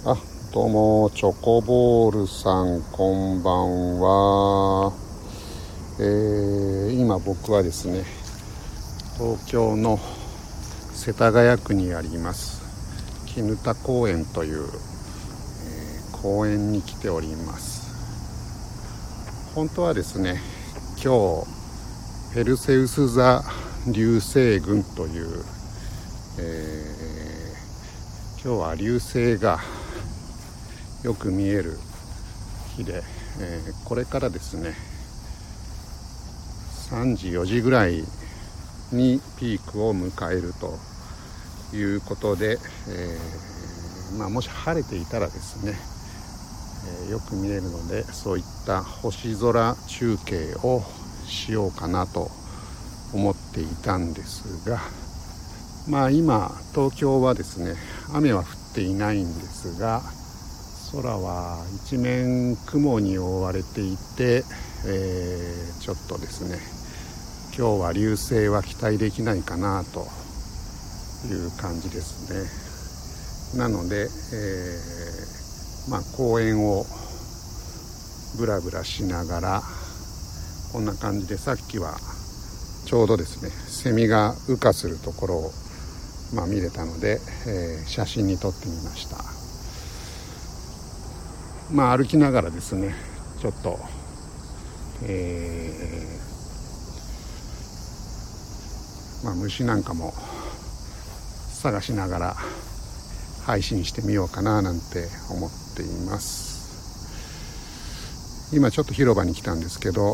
あ、どうも、チョコボールさん、こんばんは。今僕はですね、東京の世田谷区にあります砧公園という、公園に来ております。本当はですね、今日ペルセウス座流星群という、今日は流星がよく見える日で、これからですね3時4時ぐらいにピークを迎えるということで、もし晴れていたらですね、よく見えるので、そういった星空中継をしようかなと思っていたんですが、今東京はですね雨は降っていないんですが、空は一面雲に覆われていて、ちょっとですね今日は流星は期待できないかなという感じですね。なので、公園をブラブラしながらこんな感じで、さっきはちょうどですねセミが羽化するところを見れたので、写真に撮ってみました。歩きながらですねちょっと、虫なんかも探しながら配信してみようかななんて思っています。今ちょっと広場に来たんですけど、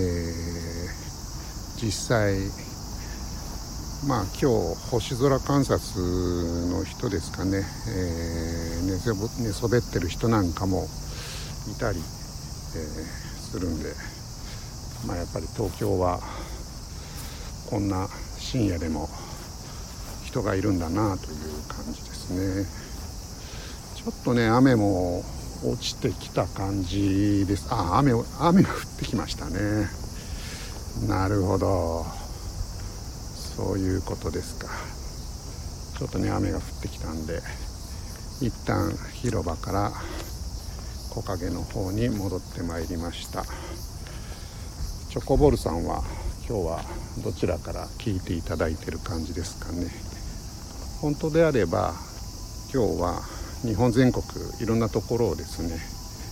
実際今日星空観察の人ですかね、寝そべってる人なんかもいたり、するんで、やっぱり東京はこんな深夜でも人がいるんだなという感じですね。ちょっとね雨も落ちてきた感じです。雨が降ってきましたね。なるほど、そういうことですか。ちょっとね雨が降ってきたんで、一旦広場から木陰の方に戻ってまいりました。チョコボールさんは今日はどちらから聞いていただいている感じですかね。本当であれば今日は日本全国いろんなところをですね、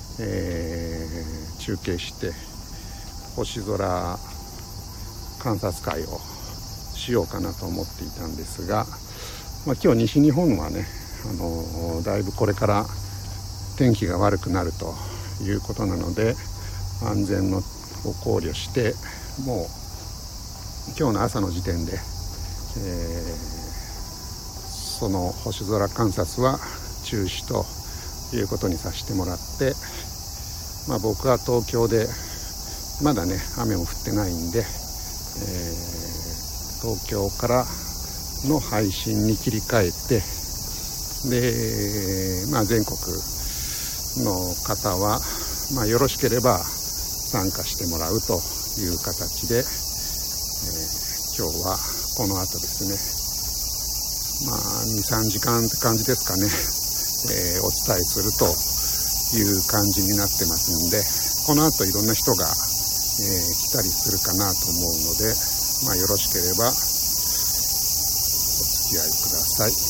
中継して星空観察会をしようかなと思っていたんですが、今日西日本はね、だいぶこれから天気が悪くなるということなので、安全を考慮してもう今日の朝の時点で、その星空観察は中止ということにさせてもらって、僕は東京でまだね雨も降ってないんで、東京からの配信に切り替えて、で、全国の方は、よろしければ参加してもらうという形で、今日はこの後ですね、2、3時間って感じですかね、お伝えするという感じになってますんで、この後いろんな人が、来たりするかなと思うので、よろしければお付き合いください。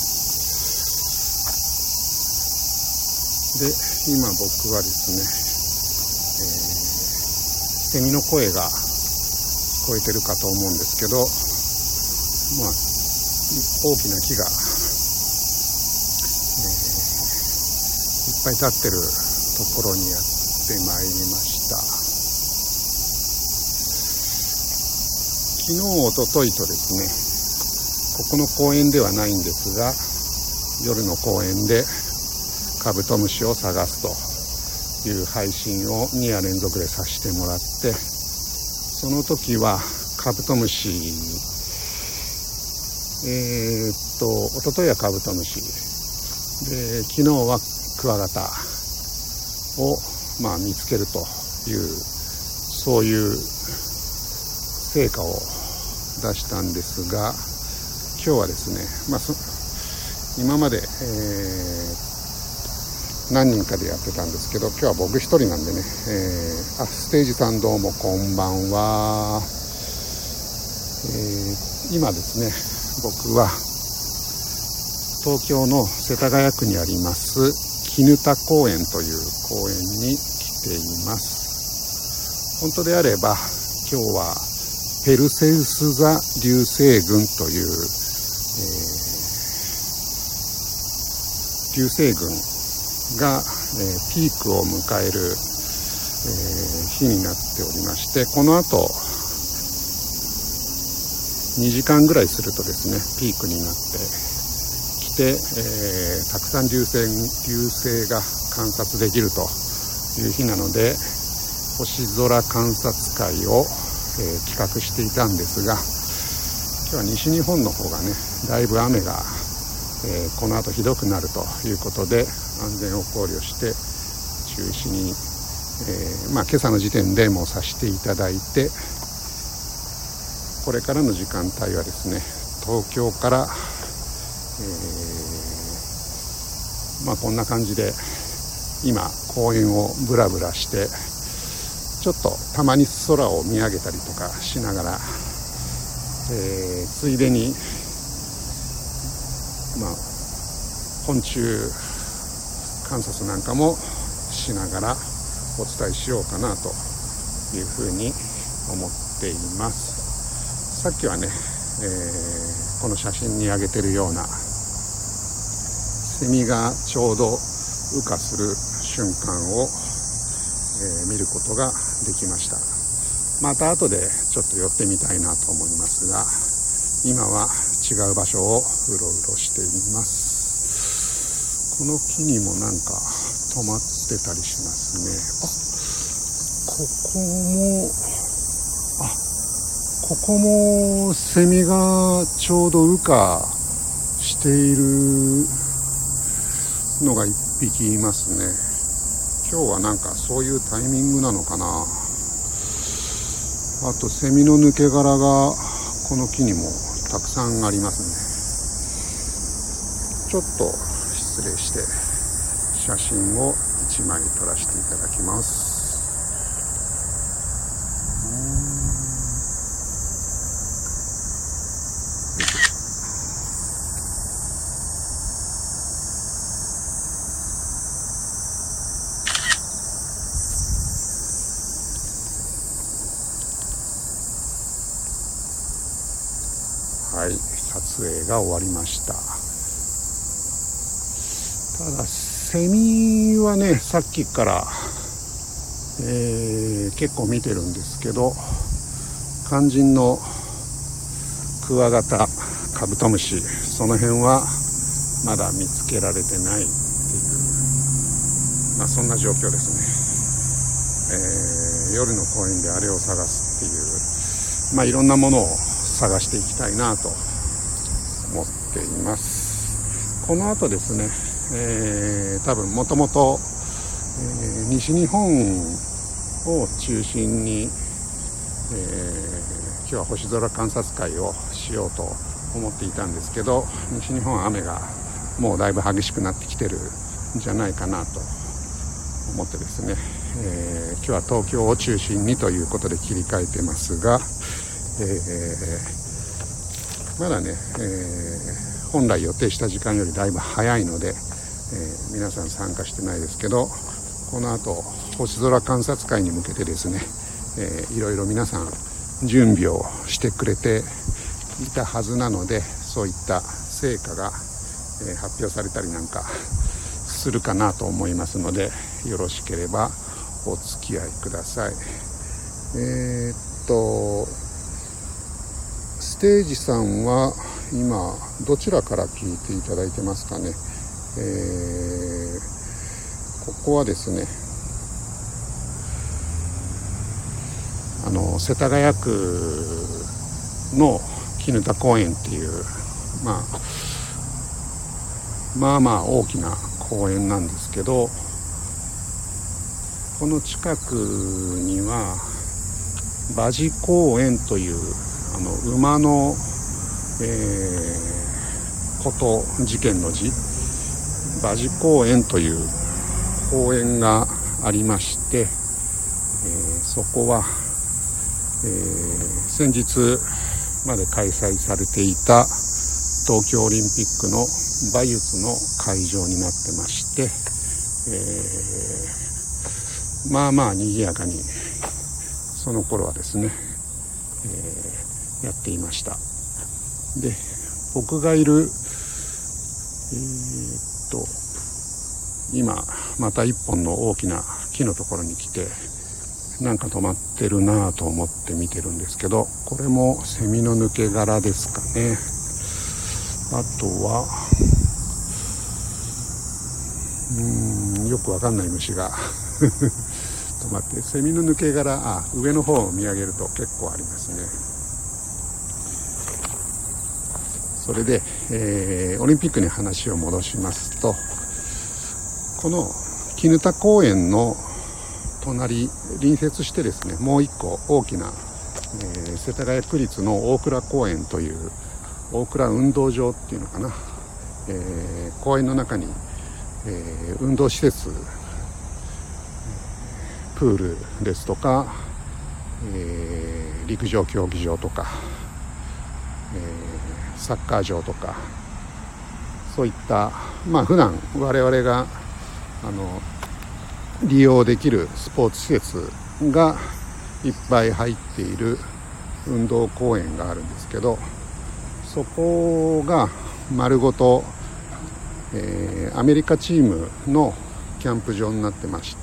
で、今僕はですね、セミの声が聞こえてるかと思うんですけど、大きな木が、いっぱい立ってるところにやってまいりました。昨日、おとといとですね、ここの公園ではないんですが、夜の公園でカブトムシを探すという配信を2夜連続でさせてもらって、その時はカブトムシ、おとといはカブトムシで、昨日はクワガタを見つけるという、そういう成果を出したんですが、今日はですね、今まで、 何人かでやってたんですけど、今日は僕一人なんでね、ステージさんどうもこんばんは。今ですね、僕は東京の世田谷区にあります砧公園という公園に来ています。本当であれば今日はペルセウス座流星群という、流星群が、ピークを迎える、日になっておりまして、この後2時間ぐらいするとですねピークになってきて、たくさん流星が観察できるという日なので、星空観察会を、企画していたんですが、今日は西日本の方がねだいぶ雨が、この後ひどくなるということで安全を考慮して中止に、今朝の時点でもうさせていただいて、これからの時間帯はですね東京から、こんな感じで今公園をブラブラして、ちょっとたまに空を見上げたりとかしながら、ついでに昆虫観察なんかもしながらお伝えしようかなというふうに思っています。さっきはね、この写真に上げてるようなセミがちょうど羽化する瞬間を、見ることができました。また後でちょっと寄ってみたいなと思いますが、今は違う場所をうろうろしています。この木にもなんか止まってたりしますね。ここもセミがちょうど羽化しているのが一匹いますね。今日はなんかそういうタイミングなのかな。あとセミの抜け殻がこの木にもたくさんありますね。ちょっと失礼して写真を1枚撮らせていただきます。はい、撮影が終わりました。ただセミはねさっきから、結構見てるんですけど、肝心のクワガタ、カブトムシ、その辺はまだ見つけられてないっていう、そんな状況ですね。夜の公園であれを探すっていう、いろんなものを探していきたいなと思っています。この後ですね、多分もともと西日本を中心に、今日は星空観察会をしようと思っていたんですけど、西日本は雨がもうだいぶ激しくなってきてるんじゃないかなと思ってですね、今日は東京を中心にということで切り替えてますが、まだね、本来予定した時間よりだいぶ早いので、皆さん参加してないですけど、この後星空観察会に向けてですね、いろいろ皆さん準備をしてくれていたはずなので、そういった成果が、発表されたりなんかするかなと思いますので、よろしければお付き合いください。ステージさんは今どちらから聞いていただいてますかね。ここはですね、世田谷区の砧公園っていう、まあ大きな公園なんですけど、この近くには馬事公園という馬の、事件の字、馬事公園という公園がありまして、そこは、先日まで開催されていた東京オリンピックの馬術の会場になってまして、まあまあ賑やかにその頃はですね、やっていました。で、僕がいる今また一本の大きな木のところに来て、なんか止まってるなと思って見てるんですけど、これもセミの抜け殻ですかね。あとはよくわかんない虫が止まって、セミの抜け殻、上の方を見上げると結構ありますね。それで、オリンピックに話を戻しますと、この砧公園の隣接してですね、もう一個大きな、世田谷区立の大倉公園という大倉運動場っていうのかな、公園の中に、運動施設、プールですとか、陸上競技場とか、サッカー場とか、そういった普段我々が利用できるスポーツ施設がいっぱい入っている運動公園があるんですけど、そこが丸ごと、アメリカチームのキャンプ場になってまして、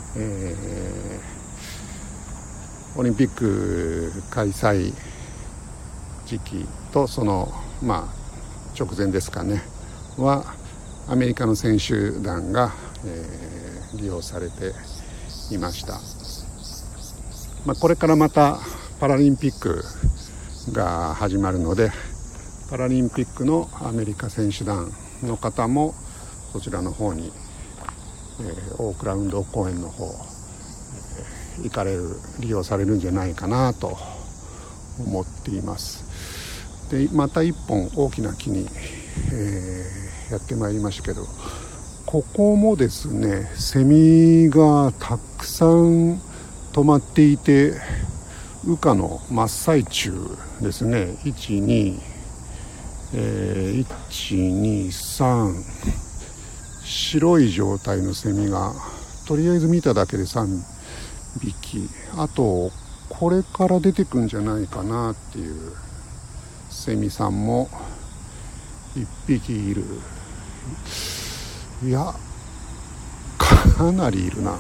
オリンピック開催時期とその直前ですかねはアメリカの選手団が、利用されていました。これからまたパラリンピックが始まるので、パラリンピックのアメリカ選手団の方もそちらの方に、大倉運動公園の方、行かれる、利用されるんじゃないかなと思っています。で、また一本大きな木に、やってまいりましたけど、ここもですね、セミがたくさん止まっていて、羽化の真っ最中ですね。123白い状態のセミがとりあえず見ただけで3匹、あとこれから出てくんじゃないかなっていうセミさんも1匹いる。いや、かなりいるな。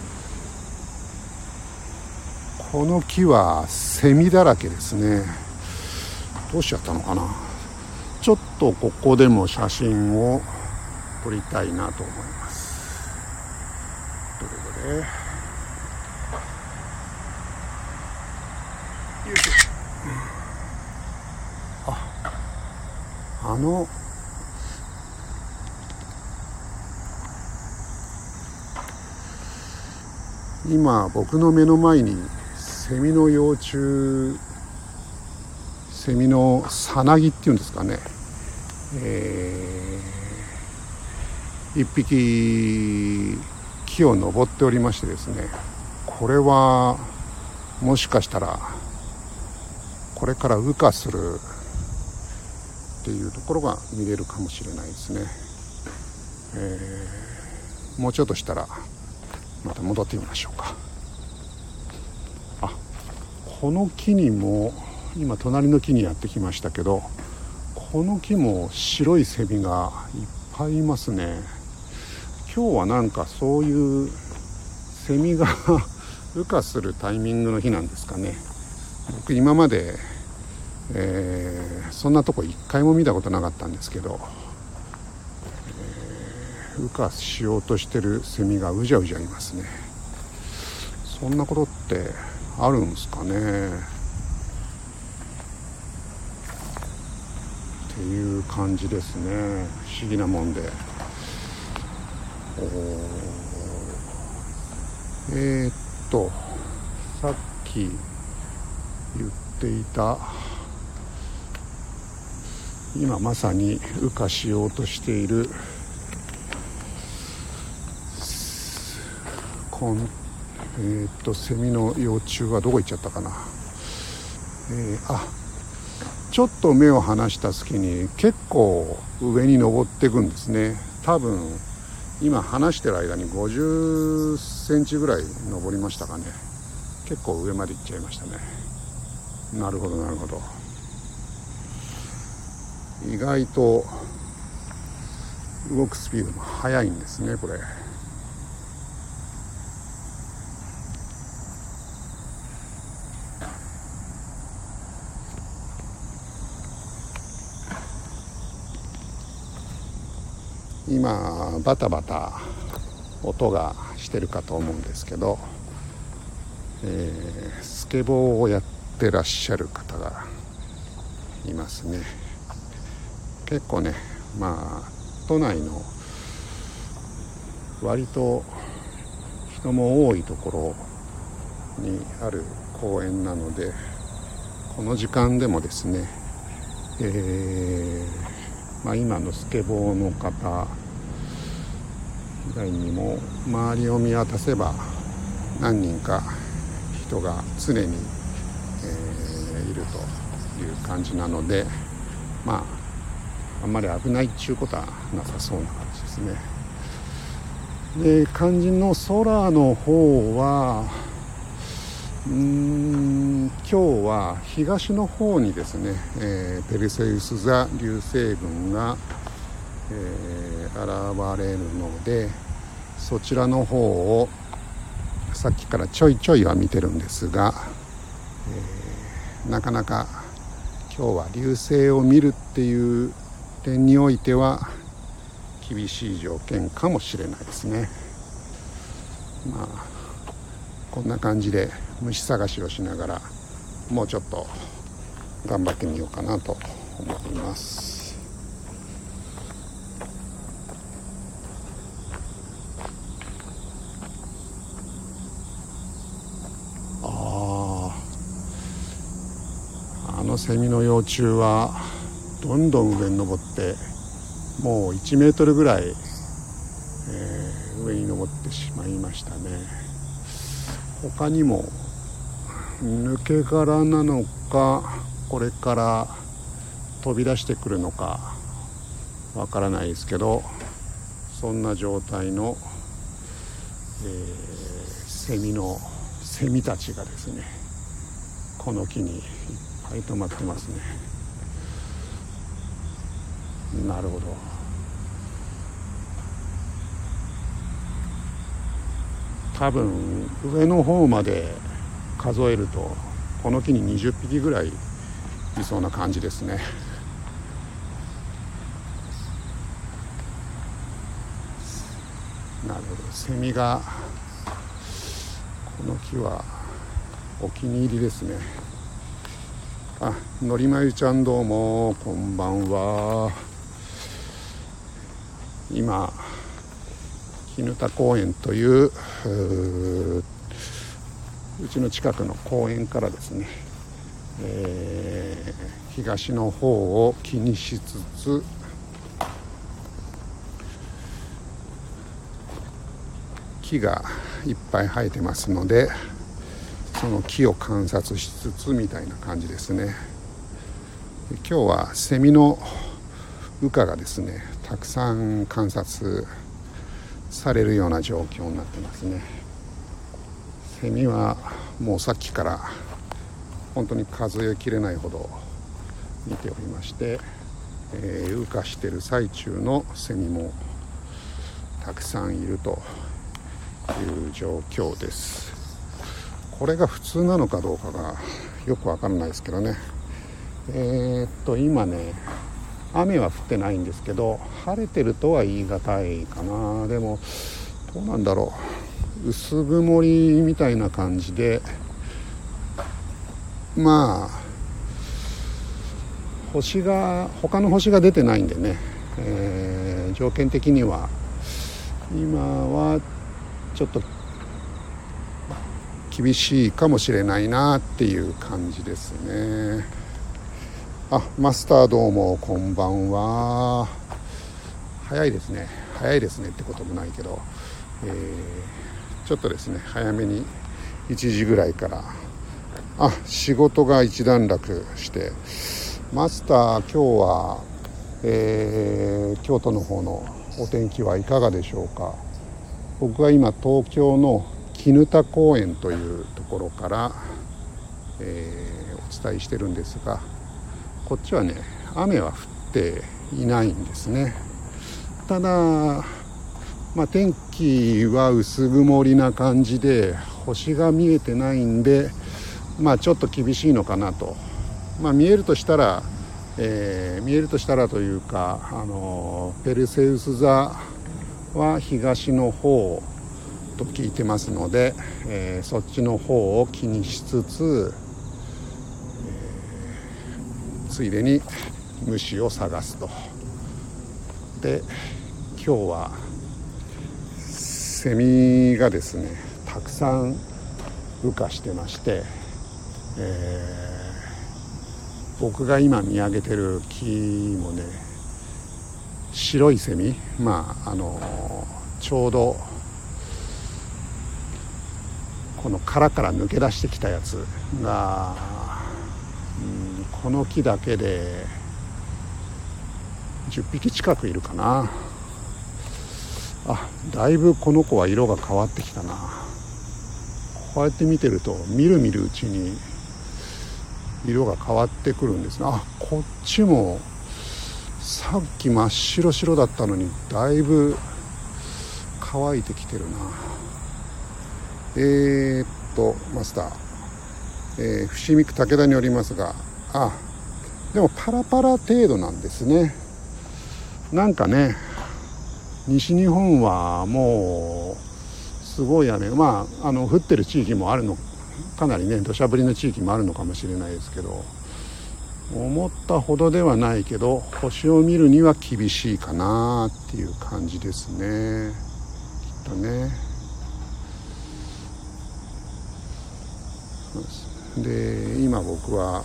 この木はセミだらけですね。どうしちゃったのかな。ちょっとここでも写真を撮りたいなと思います。どれどれ。よいしょ。今僕の目の前にセミの幼虫、セミのさなぎっていうんですかね、一匹木を登っておりましてですね、これはもしかしたらこれから羽化するっていうところが見れるかもしれないですね。もうちょっとしたらまた戻ってみましょうか。この木にも今隣の木にやってきましたけど、この木も白いセミがいっぱいいますね。今日はなんかそういうセミが羽化するタイミングの日なんですかね。僕今まで、そんなとこ一回も見たことなかったんですけど、羽化しようとしてるセミがうじゃうじゃいますね。そんなことってあるんですかねっていう感じですね。不思議なもんで。さっき言っていた、今まさに羽化しようとしているセミの幼虫はどこ行っちゃったかな。ちょっと目を離した隙に結構上に登っていくんですね。多分今話してる間に50センチぐらい登りましたかね。結構上まで行っちゃいましたね。なるほどなるほど。意外と動くスピードも速いんですね、これ。今バタバタ音がしてるかと思うんですけど、スケボーをやってらっしゃる方がいますね。結構ね、都内の割と人も多いところにある公園なので、この時間でもですね、今のスケボーの方以外にも周りを見渡せば何人か人が常に、いるという感じなので、あんまり危ないっていうことはなさそうな感じですね。で、肝心の空の方は今日は東の方にですね、ペルセウス座流星群が、現れるので、そちらの方をさっきからちょいちょいは見てるんですが、なかなか今日は流星を見るっていう点においては厳しい条件かもしれないですね。こんな感じで虫探しをしながらもうちょっと頑張ってみようかなと思います。あのセミの幼虫はどんどん上に登ってもう1メートルぐらい、上に登ってしまいましたね。他にも抜け殻なのかこれから飛び出してくるのかわからないですけど、そんな状態の、セミたちがですね、この木にいっぱい止まってますね。なるほど。多分上の方まで数えるとこの木に20匹ぐらいいそうな感じですね。なるほど。セミがこの木はお気に入りですね。のりまゆちゃん、どうもこんばんは。今砧公園といううちの近くの公園からですね、東の方を気にしつつ木がいっぱい生えてますので、その木を観察しつつみたいな感じですね。今日はセミの羽化がですね、たくさん観察されるような状況になってますね。セミはもうさっきから本当に数えきれないほど見ておりまして、羽化している最中のセミもたくさんいるという状況です。これが普通なのかどうかがよくわからないですけどね。今ね、雨は降ってないんですけど、晴れてるとは言い難いかな。でもどうなんだろう、薄曇りみたいな感じで、他の星が出てないんでね、条件的には今はちょっと厳しいかもしれないなっていう感じですね。マスター、どうもこんばんは。早いですねってこともないけど、 ちょっとですね早めに1時ぐらいから仕事が一段落して、マスター今日は、京都の方のお天気はいかがでしょうか。僕は今東京の絹田公園というところから、お伝えしてるんですが、こっちはね雨は降っていないんですね。ただ、天気は薄曇りな感じで星が見えてないんで、ちょっと厳しいのかなと。見えるとしたらというか、ペルセウス座は東の方と聞いてますので、そっちの方を気にしつつ、ついでに虫を探すと。で、今日はセミがですねたくさん羽化してまして、僕が今見上げてる木もね白いセミ、ちょうどこの殻から抜け出してきたやつが、この木だけで10匹近くいるかな。だいぶこの子は色が変わってきたな。こうやって見てるとみるみるうちに色が変わってくるんですね。こっちもさっき真っ白白だったのにだいぶ乾いてきてるな。マスター、伏見区武田におりますが、でもパラパラ程度なんですね。なんかね、西日本はもうすごい雨、降ってる地域もあるの、かなりね土砂降りの地域もあるのかもしれないですけど、思ったほどではないけど星を見るには厳しいかなっていう感じですね、きっとね。で、今僕は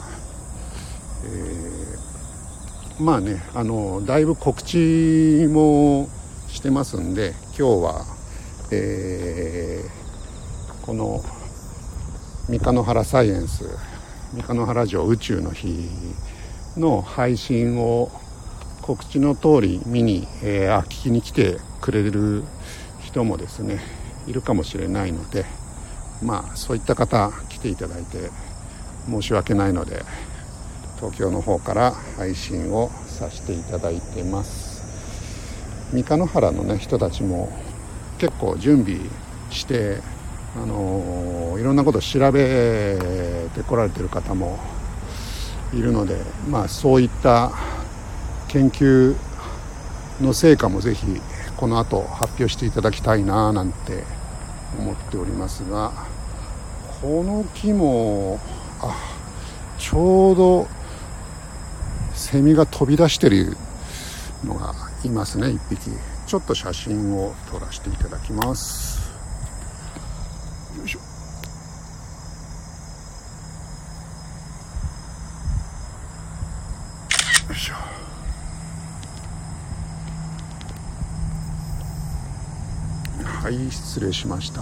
だいぶ告知もしてますんで、今日は、この三日野原サイエンス、三日野原城宇宙の日の配信を告知の通り見に、聞きに来てくれる人もですねいるかもしれないので、そういった方来ていただいて申し訳ないので、東京の方から配信をさせていただいてます。三日野原のね人たちも結構準備していろんなことを調べてこられてる方もいるので、そういった研究の成果もぜひこの後発表していただきたいななんて思っておりますが、この木もちょうどセミが飛び出してるのがいますね、一匹。ちょっと写真を撮らせていただきます。よいしょ。よいしょ。はい、失礼しました。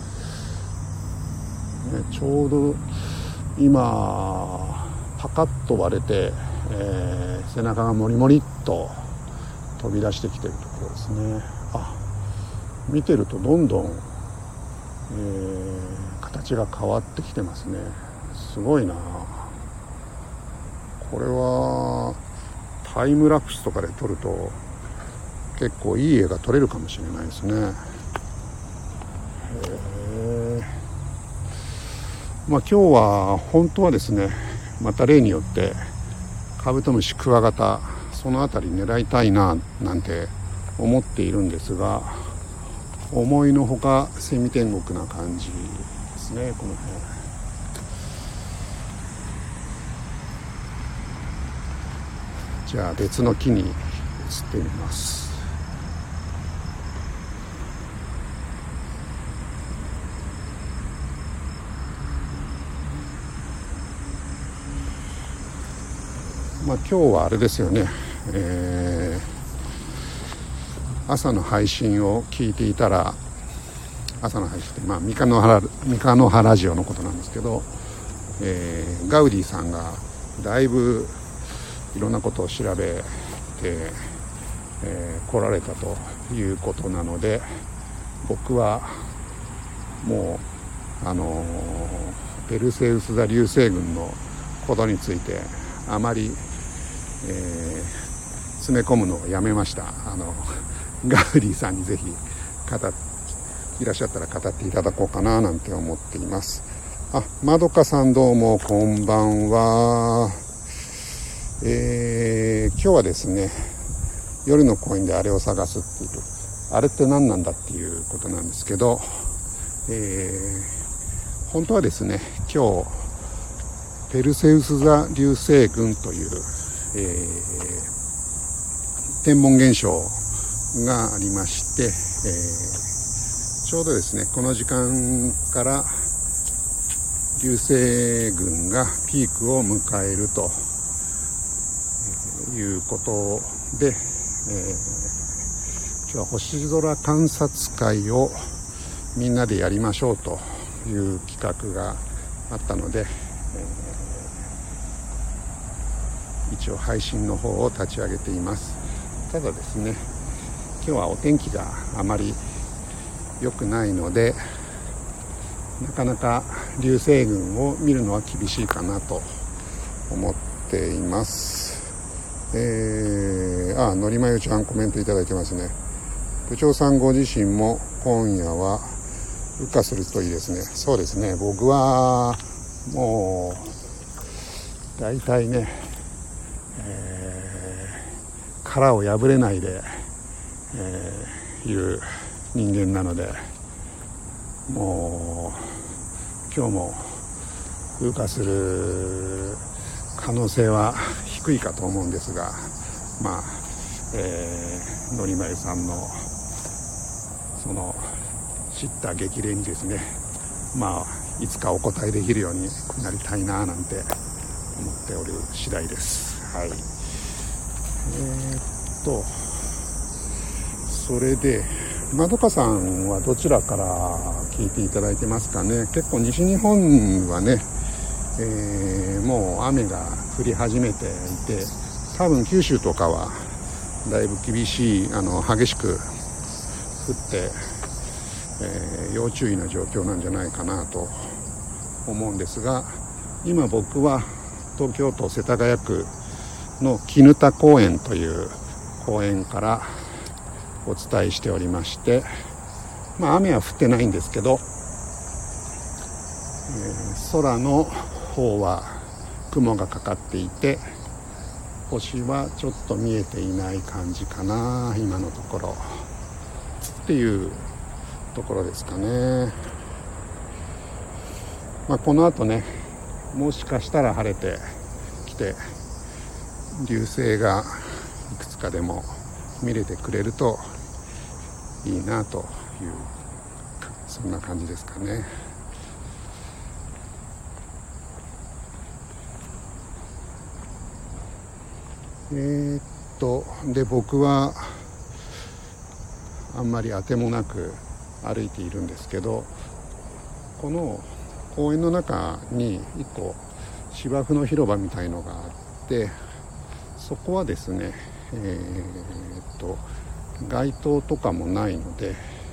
ちょうど今パカッと割れて、背中がモリモリっと飛び出してきてるところですね。見てるとどんどん、形が変わってきてますね。すごいな。これはタイムラプスとかで撮ると結構いい絵が撮れるかもしれないですね。今日は本当はですね、また例によってカブトムシ、クワガタ、そのあたり狙いたいななんて思っているんですが、思いのほかセミ天国な感じですね、この辺。じゃあ別の木に移ってみます。今日はあれですよね、朝の配信を聞いていたら朝の配信って、三日の原ラジオのことなんですけど、ガウディさんがだいぶいろんなことを調べて、来られたということなので、僕はもうペルセウス座流星群のことについてあまり、詰め込むのをやめました。ガウディさんにぜひいらっしゃったら語っていただこうかななんて思っています。まどかさんどうもこんばんは。今日はですね、夜の公園であれを探すっていう、あれって何なんだっていうことなんですけど、本当はですね、今日ペルセウス座流星群という、天文現象がありまして、ちょうどですねこの時間から流星群がピークを迎えるということで、今日は星空観察会をみんなでやりましょうという企画があったので、一応配信の方を立ち上げています。ただですね、今日はお天気があまり良くないので、なかなか流星群を見るのは厳しいかなと思っています。のりまゆちゃんコメントいただいてますね。部長さんご自身も今夜は羽化するといいですね。そうですね、僕はもうだいたいね、殻を破れないで、いる人間なので、もう今日も羽化する可能性は低いかと思うんですが、のりまゆさんのその知った激励にですね、いつかお答えできるようになりたいななんて思っておる次第です。はい。それでまどかさんはどちらから聞いていただいてますかね。結構西日本はね、もう雨が降り始めていて、多分九州とかはだいぶ厳しい激しく降って、要注意な状況なんじゃないかなと思うんですが、今僕は東京都世田谷区の絹田公園という公園からお伝えしておりまして、雨は降ってないんですけど、空の方は雲がかかっていて、星はちょっと見えていない感じかな今のところっていうところですかね。この後ね、もしかしたら晴れてきて流星がいくつかでも見れてくれるといいなという、そんな感じですかね。で僕はあんまり当てもなく歩いているんですけど、この公園の中に一個芝生の広場みたいのがあって、そこはですね、街灯とかもないので、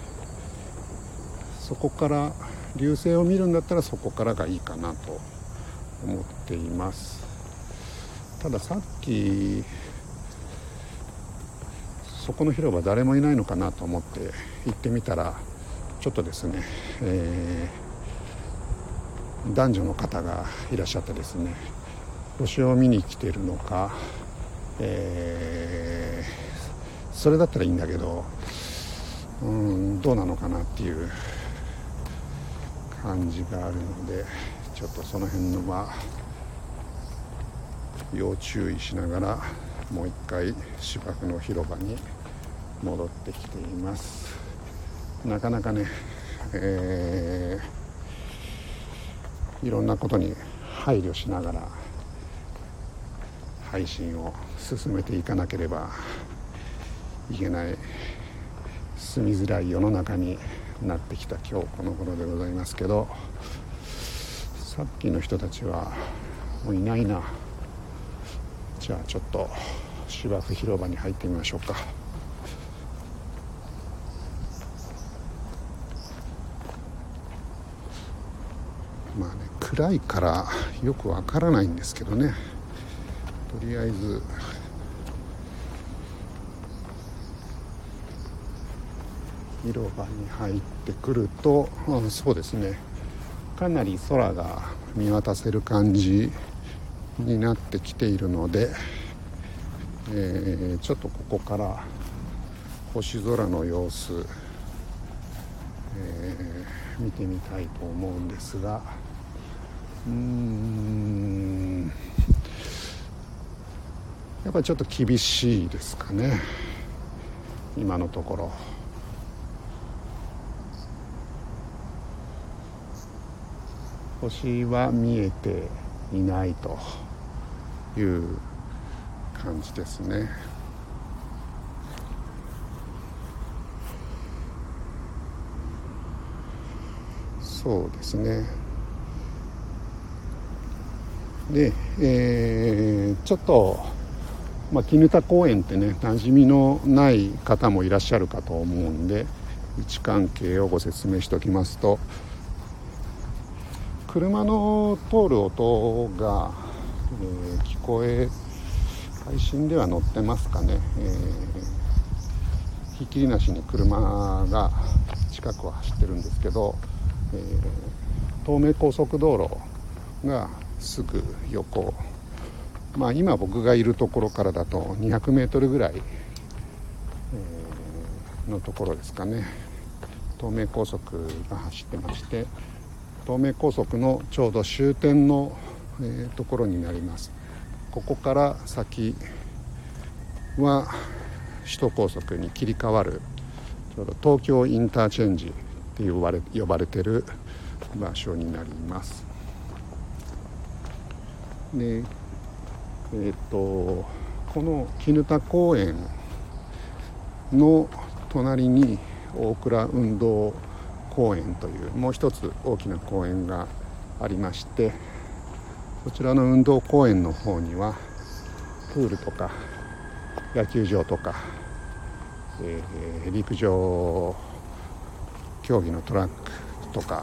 そこから流星を見るんだったらそこからがいいかなと思っています。たださっきそこの広場誰もいないのかなと思って行ってみたら、ちょっとですね、男女の方がいらっしゃってですね、星を見に来ているのか、それだったらいいんだけど、どうなのかなっていう感じがあるので、ちょっとその辺のは要注意しながらもう一回芝生の広場に戻ってきています。なかなかね、いろんなことに配慮しながら配信を進めていかなければいけない、住みづらい世の中になってきた今日この頃でございますけど、さっきの人たちはもういないな。じゃあちょっと芝生広場に入ってみましょうか。まあね、暗いからよくわからないんですけどね。とりあえず広場に入ってくると、そうですね、かなり空が見渡せる感じになってきているので、ちょっとここから星空の様子、見てみたいと思うんですが、やっぱりちょっと厳しいですかね、今のところ。星は見えていないという感じですね。そうですね。で、ちょっと、絹田公園ってね、馴染みのない方もいらっしゃるかと思うんで、位置関係をご説明しておきますと、車の通る音が、聞こえ、配信では載ってますかね、ひっきりなしに車が近くを走ってるんですけど、東名高速道路がすぐ横、今僕がいるところからだと200メートルぐらい、のところですかね。東名高速が走ってまして、東名高速のちょうど終点の、ところになります。ここから先は首都高速に切り替わる、ちょうど東京インターチェンジって呼ばれている場所になります。で、この絹田公園の隣に大倉運動公園というもう一つ大きな公園がありまして、こちらの運動公園の方にはプールとか野球場とか、陸上競技のトラックとか、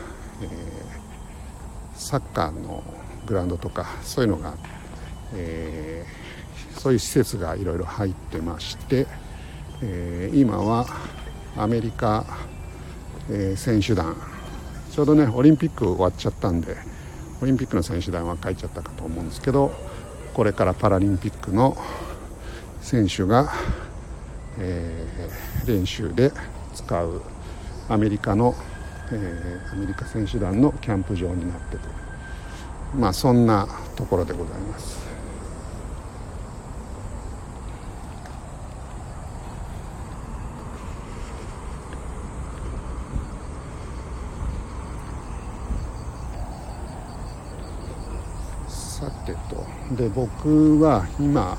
サッカーのグラウンドとか、そういうのが、そういう施設がいろいろ入ってまして、今はアメリカ、選手団、ちょうどねオリンピック終わっちゃったんで、オリンピックの選手団は帰っちゃったかと思うんですけど、これからパラリンピックの選手が、練習で使うアメリカ選手団のキャンプ場になってて、そんなところでございます。さてと、で僕は今、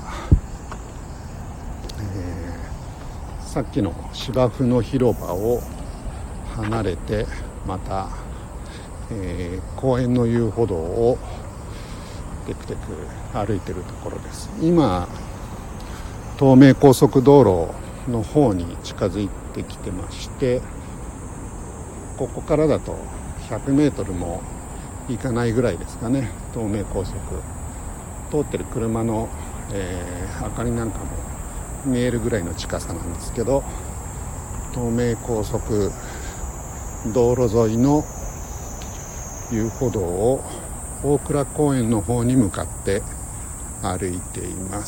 さっきの芝生の広場を離れてまた、公園の遊歩道をテクテク歩いてるところです。今東名高速道路の方に近づいてきてまして、ここからだと100メートルも行かないぐらいですかね。東名高速通ってる車の、明かりなんかも見えるぐらいの近さなんですけど、東名高速道路沿いの遊歩道を大倉公園の方に向かって歩いています。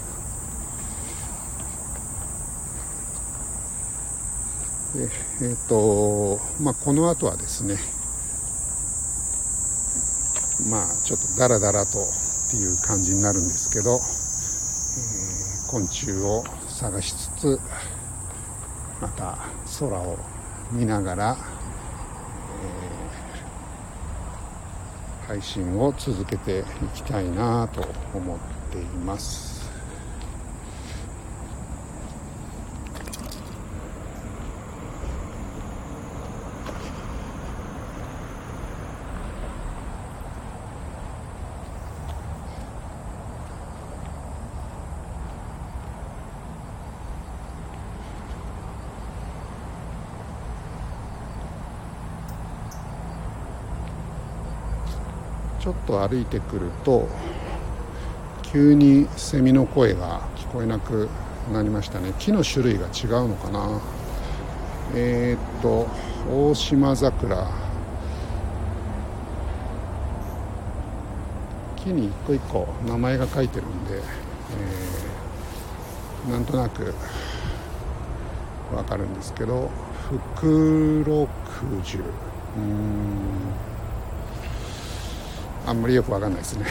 でこの後はですね、ちょっとダラダラとっていう感じになるんですけど、昆虫を探しつつ、また空を見ながら、配信を続けていきたいなと思っています。 ちょっと歩いてくると急にセミの声が聞こえなくなりましたね。木の種類が違うのかな。大島桜、木に一個一個名前が書いてるんで、なんとなくわかるんですけど、福禄寿、あんまりよくわかんないですね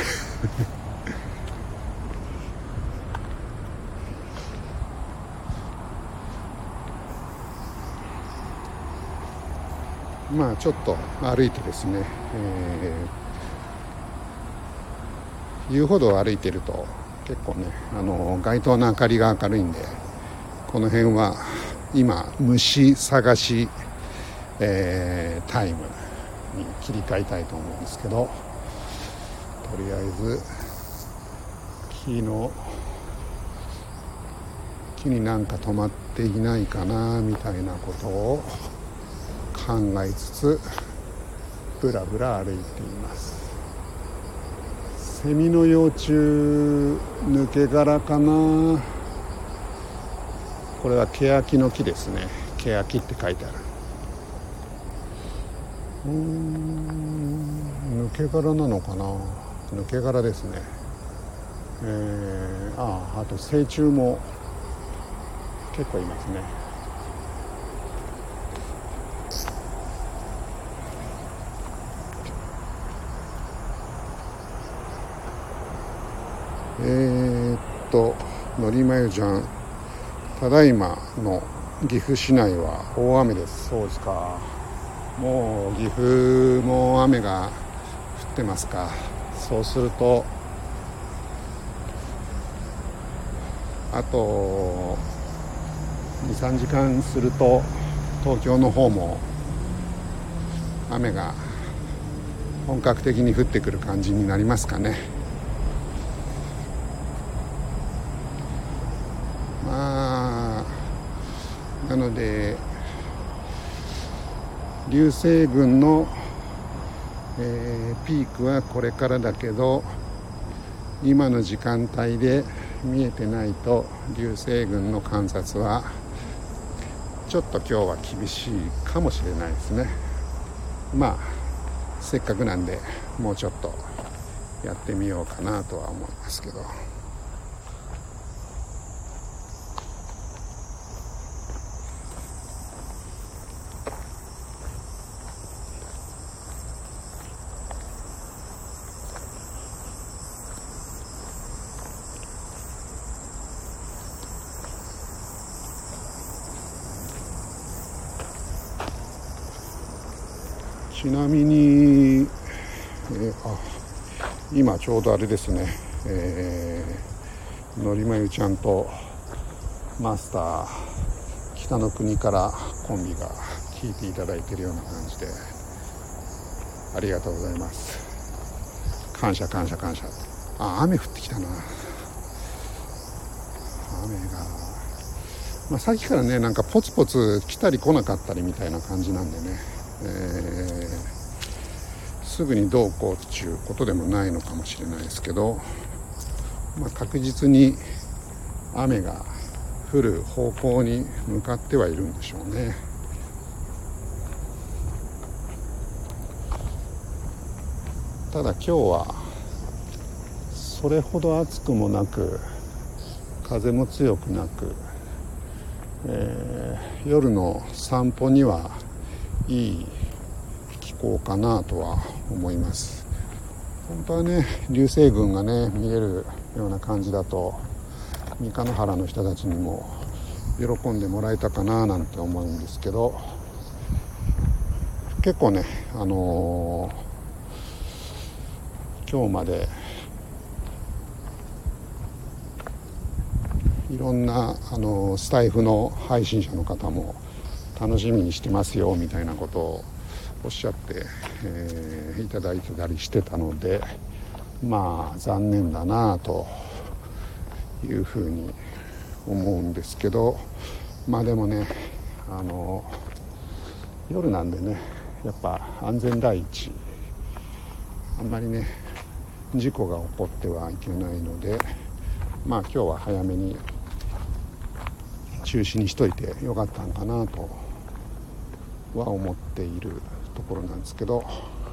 まあちょっと歩いてですね、遊歩道を歩いてると結構ね、街灯の明かりが明るいんで、この辺は今虫探し、タイムに切り替えたいと思うんですけど、とりあえず木になんか止まっていないかなみたいなことを考えつつブラブラ歩いています。セミの幼虫、抜け殻かな。これはケヤキの木ですね。ケヤキって書いてある。抜け殻なのかな。抜け殻ですね。あと成虫も結構いますね。のりまゆちゃん、ただいまの岐阜市内は大雨です。そうですか。もう岐阜も雨が降ってますか。そうするとあと 2,3 時間すると東京の方も雨が本格的に降ってくる感じになりますかね。なので流星群の、ピークはこれからだけど、今の時間帯で見えてないと流星群の観察はちょっと今日は厳しいかもしれないですね。まあせっかくなんでもうちょっとやってみようかなとは思いますけど。ちなみに、今ちょうどあれですね、のりまゆちゃんとマスター北の国からコンビが聞いていただいているような感じで、ありがとうございます。感謝。雨降ってきたな。雨が、さっきからね、なんかポツポツ来たり来なかったりみたいな感じなんでね、すぐにどうこうっていうことでもないのかもしれないですけど、確実に雨が降る方向に向かってはいるんでしょうね。ただ今日はそれほど暑くもなく風も強くなく、夜の散歩にはいい気候かなとは思います。本当はね、流星群がね見えるような感じだと三日野原の人たちにも喜んでもらえたかななんて思うんですけど、結構ね、今日までいろんなスタイフの配信者の方も楽しみにしてますよみたいなことをおっしゃって、いただいてたりしてたので、残念だなというふうに思うんですけど、でもね、夜なんでね、やっぱ安全第一、あんまりね事故が起こってはいけないので、今日は早めに中止にしといてよかったんかなとは思っているところなんですけど、こ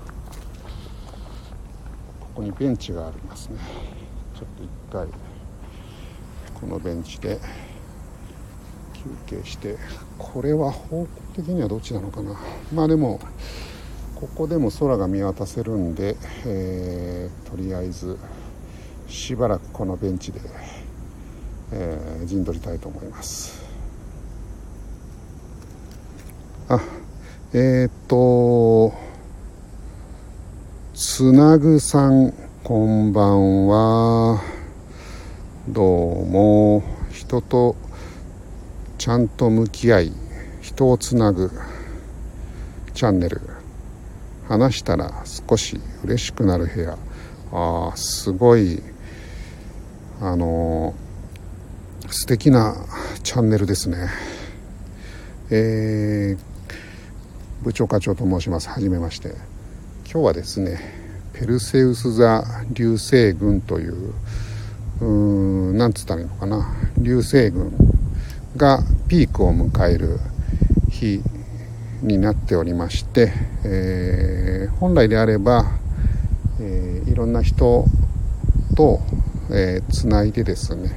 こにベンチがありますね。ちょっと一回このベンチで休憩して、これは方向的にはどっちなのかな。でもここでも空が見渡せるんで、とりあえずしばらくこのベンチで、陣取りたいと思います。つなぐさん、こんばんは。どうも。人とちゃんと向き合い、人をつなぐチャンネル、話したら少し嬉しくなる部屋。すごい素敵なチャンネルですね。部長課長と申します。はじめまして。今日はですね、ペルセウス座流星群というなんつったらいいのかな、流星群がピークを迎える日になっておりまして、本来であれば、いろんな人と、つないでですね、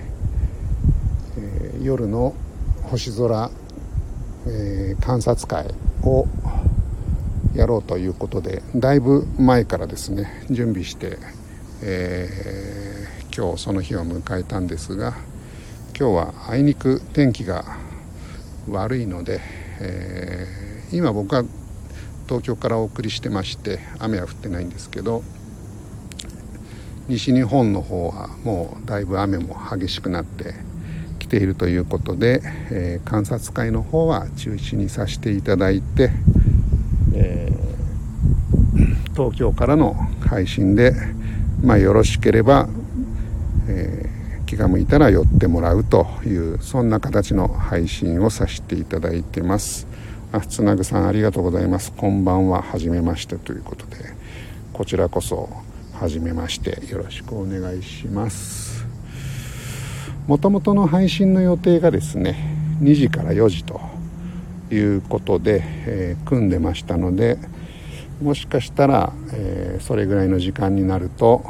夜の星空、観察会をやろうということで、だいぶ前からですね準備して、今日その日を迎えたんですが、今日はあいにく天気が悪いので、今僕は東京からお送りしてまして、雨は降ってないんですけど、西日本の方はもうだいぶ雨も激しくなってきているということで、観察会の方は中止にさせていただいて、東京からの配信で、よろしければ、気が向いたら寄ってもらうという、そんな形の配信をさせていただいてます。つなぐさん、ありがとうございます。こんばんは、はじめましてということで、こちらこそはじめまして、よろしくお願いします。もともとの配信の予定がですね、2時から4時ということで、組んでましたので、もしかしたら、それぐらいの時間になると、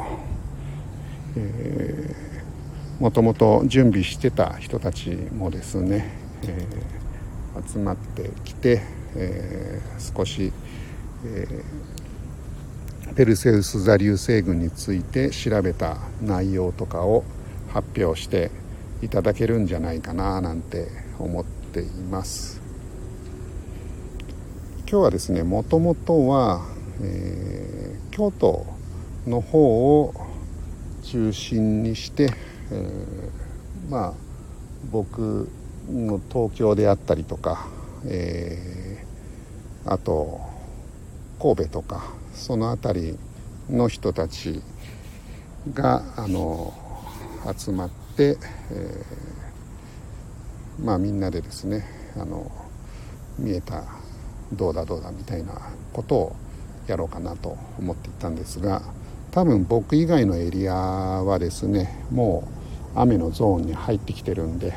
もともと準備してた人たちもですね、集まってきて、少し、ペルセウス座流星群について調べた内容とかを発表していただけるんじゃないかななんて思っています。今日はですね、もともとは、京都の方を中心にして、僕の東京であったりとか、あと神戸とかその辺りの人たちが集まって、みんなでですね、見えたどうだみたいなことをやろうかなと思っていたんですが、多分僕以外のエリアはですね、もう雨のゾーンに入ってきてるんで、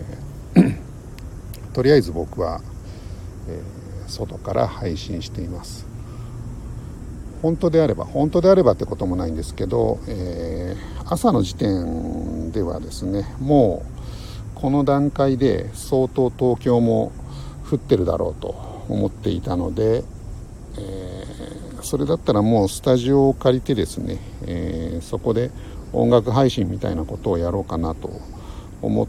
とりあえず僕は、外から配信しています。本当であればってこともないんですけど、朝の時点ではですね、もうこの段階で相当東京も降ってるだろうと思っていたので、それだったらもうスタジオを借りてですね、そこで音楽配信みたいなことをやろうかなと思って、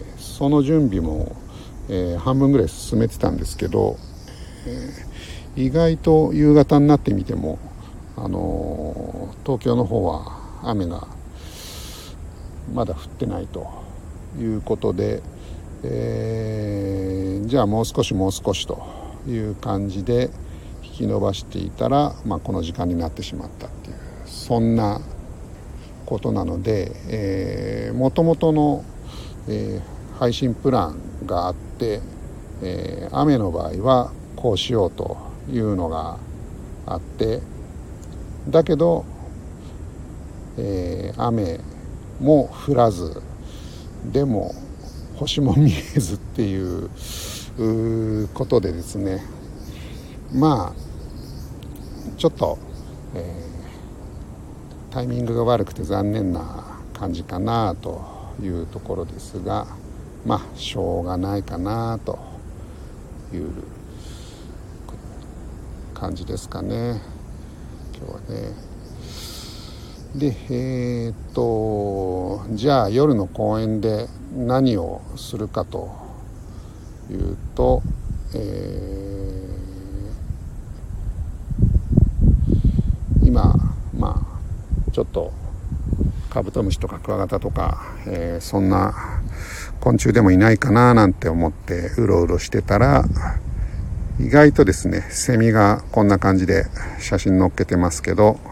その準備も、半分ぐらい進めてたんですけど、意外と夕方になってみても、東京の方は雨がまだ降ってないということで、じゃあもう少しという感じで引き延ばしていたら、この時間になってしまったっていう、そんなことなので、元々の、配信プランがあって、雨の場合はこうしようというのがあって、だけど、 雨も降らずでも星も見えずっていうことでですね、まあちょっと、タイミングが悪くて残念な感じかなというところですが、まあしょうがないかなという感じですかね、今日はね。でじゃあ夜の公園で何をするかというと、今ちょっとカブトムシとかクワガタとか、そんな昆虫でもいないかななんて思ってうろうろしてたら、意外とですねセミがこんな感じで写真載っけてますけど、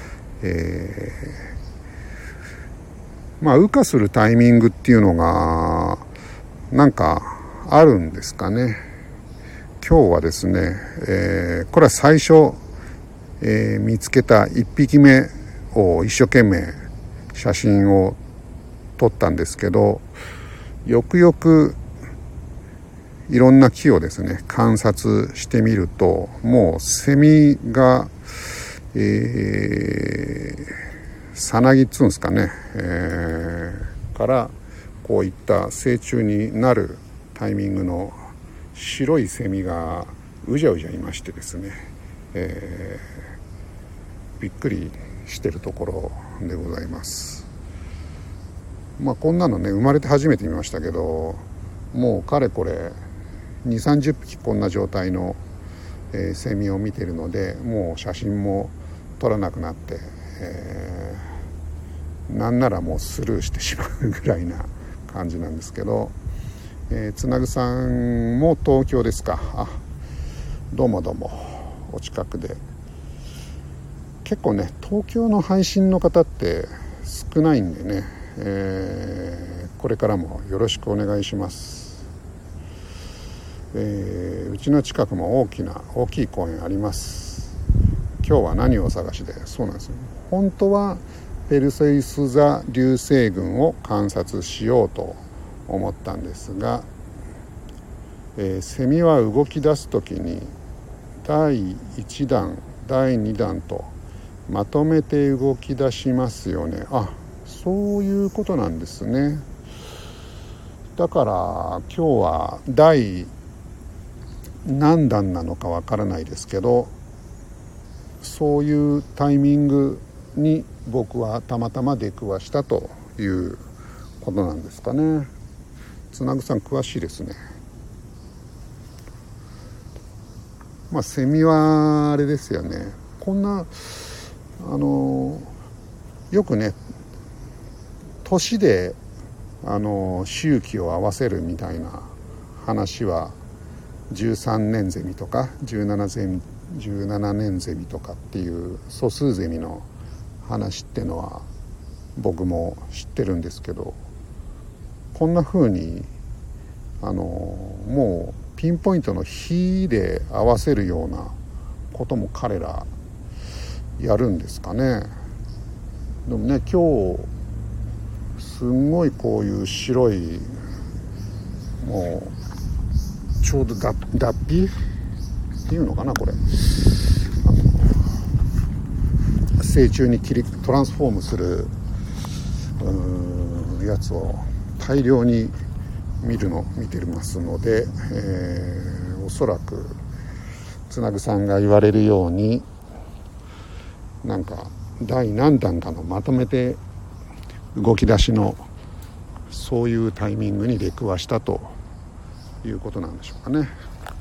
羽化するタイミングっていうのがなんかあるんですかね。今日はですね、これは最初、見つけた1匹目を一生懸命写真を撮ったんですけど、よくよくいろんな木をですね観察してみると、もうセミがさなぎっつうんですかね、からこういった成虫になるタイミングの白いセミがうじゃうじゃいましてですね、びっくりしてるところでございます。こんなのね生まれて初めて見ましたけど、もうかれこれ 2,30 匹こんな状態の、セミを見てるので、もう写真も撮らなくなって、なんならもうスルーしてしまうぐらいな感じなんですけど、つなぐさんも東京ですか。どうもどうも、お近くで。結構ね東京の配信の方って少ないんでね、これからもよろしくお願いします。うちの近くも大きい公園あります。今日は何を探しで、そうなんですよ、本当はペルセウス座流星群を観察しようと思ったんですが、セミは動き出すときに第1弾第2弾とまとめて動き出しますよね。そういうことなんですね。だから今日は第何弾なのかわからないですけど、そういうタイミングに僕はたまたま出くわしたということなんですかね。つなぐさん詳しいですね。セミはあれですよね、こんなよくね年で周期を合わせるみたいな話は13年ゼミとか17年ゼミとかっていう素数ゼミの話ってのは僕も知ってるんですけど、こんな風にもうピンポイントの日で合わせるようなことも彼らやるんですかね。でもね今日すんごいこういう白い、もうちょうど脱皮っていうのかな、これ成虫にトランスフォームするやつを大量に見てますので、おそらくつなぐさんが言われるようになんか第何弾かのまとめて動き出しのそういうタイミングに出くわしたということなんでしょうかね。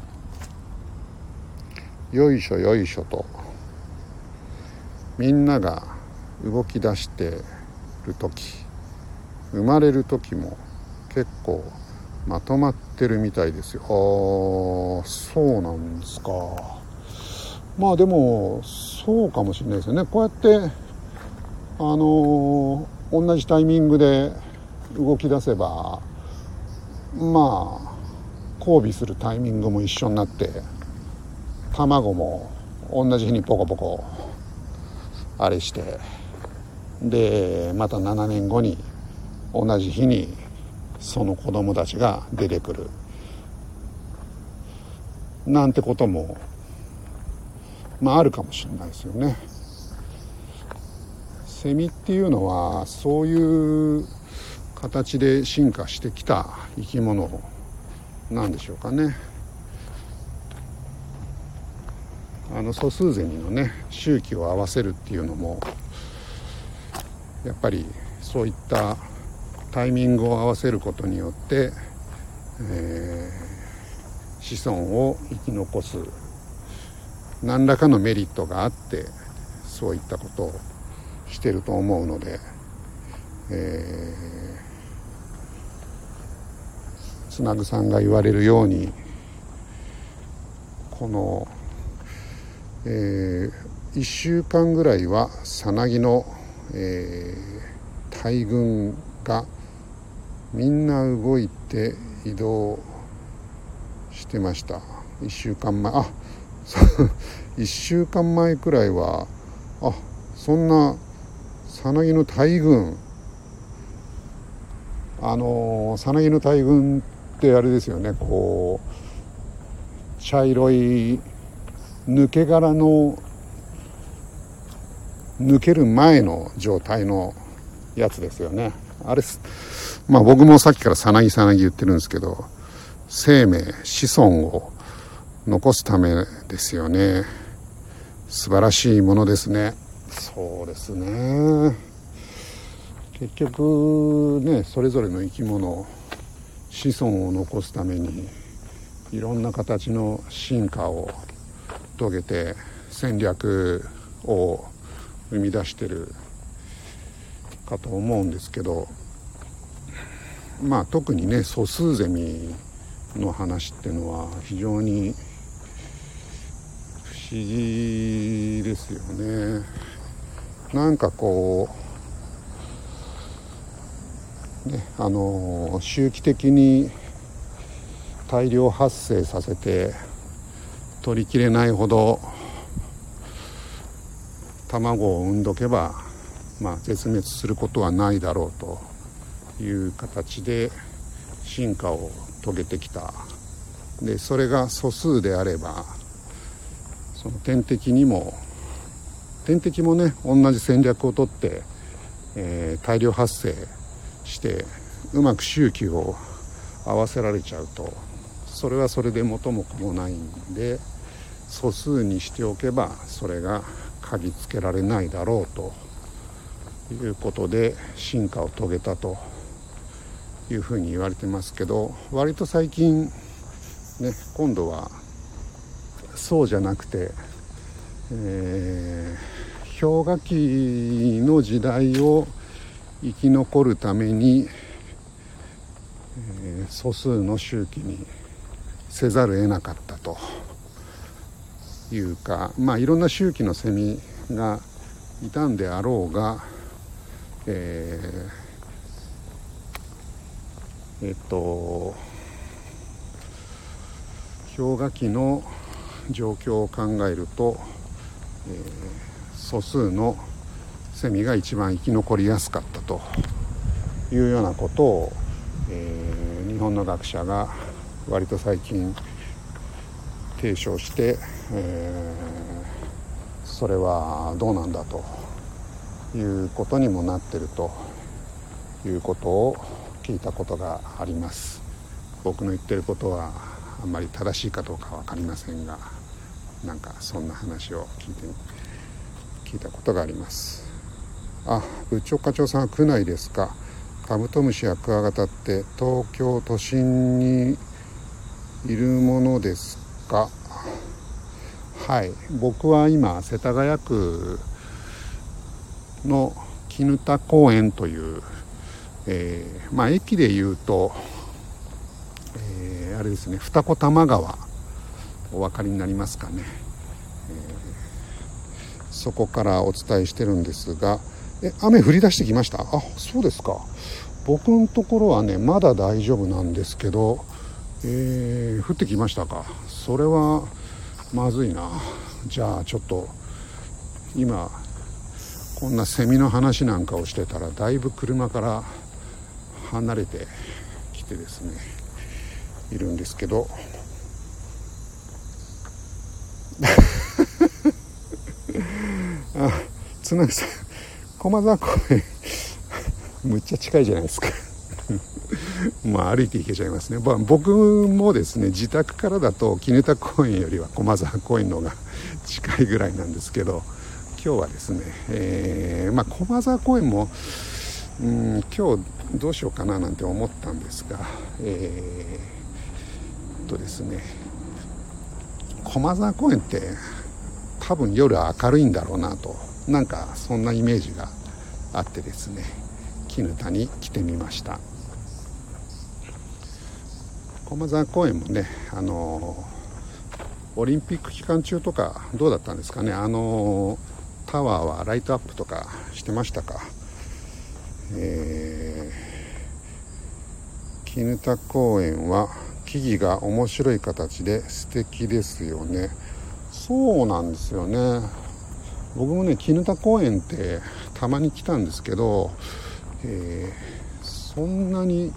よいしょよいしょとみんなが動き出してる時、生まれる時も結構まとまってるみたいですよ。そうなんですか。でもそうかもしれないですよね。こうやって同じタイミングで動き出せば交尾するタイミングも一緒になって、卵も同じ日にポコポコあれしてでまた7年後に同じ日にその子供たちが出てくるなんてこともあるかもしれないですよね。セミっていうのはそういう形で進化してきた生き物なんでしょうかね。素数ゼミのね周期を合わせるっていうのもやっぱりそういったタイミングを合わせることによって、子孫を生き残す何らかのメリットがあってそういったことをしてると思うので、つなぐさんが言われるようにこの、1週間ぐらいはさなぎの、大群がみんな動いて移動してました。1週間前1週間前くらいはそんなさなぎの大群さなぎの大群ってあれですよね、こう茶色い抜け殻の抜ける前の状態のやつですよね。あれ僕もさっきからさなぎ言ってるんですけど、生命子孫を残すためですよね。素晴らしいものですね。そうですね。結局ね、それぞれの生き物子孫を残すためにいろんな形の進化を遂げて戦略を生み出してるかと思うんですけど、特にね素数ゼミの話っていうのは非常に不思議ですよね。なんかこうね、周期的に大量発生させて取りきれないほど卵を産んどけば、絶滅することはないだろうという形で進化を遂げてきた。でそれが素数であればその天敵もね同じ戦略をとって、大量発生してうまく周期を合わせられちゃうとそれはそれで元も子もないんで、素数にしておけばそれが嗅ぎつけられないだろうということで進化を遂げたというふうに言われてますけど、割と最近ね今度はそうじゃなくて、氷河期の時代を生き残るために、素数の周期にせざるを得なかったというか、いろんな周期のセミがいたんであろうが、氷河期の状況を考えると、素数のセミが一番生き残りやすかったというようなことを、日本の学者が割と最近提唱して、それはどうなんだということにもなっているということを聞いたことがあります。僕の言ってることはあんまり正しいかどうか分かりませんが、なんかそんな話を聞いたことがあります。部長課長さんは区内ですか。カブトムシやクワガタって東京都心にいるものですか。はい、僕は今世田谷区の砧公園という、駅でいうと、あれですね、二子玉川お分かりになりますかね。そこからお伝えしてるんですが、雨降り出してきました。そうですか。僕のところはねまだ大丈夫なんですけど、降ってきましたか。それはまずいな。じゃあちょっと今こんなセミの話なんかをしてたらだいぶ車から離れてきてですねいるんですけどあ、つなぐさん駒沢公園むっちゃ近いじゃないですかまあ歩いて行けちゃいますね。僕もですね自宅からだと砧公園よりは駒沢公園の方が近いぐらいなんですけど、今日はですね、駒沢公園も今日どうしようかななんて思ったんですが、ですね駒沢公園って多分夜明るいんだろうなと、なんかそんなイメージがあってですね砧に来てみました。駒沢公園もねオリンピック期間中とかどうだったんですかね。タワーはライトアップとかしてましたか。砧公園は木々が面白い形で素敵ですよね。そうなんですよね。僕もね砧公園ってたまに来たんですけど、そんなに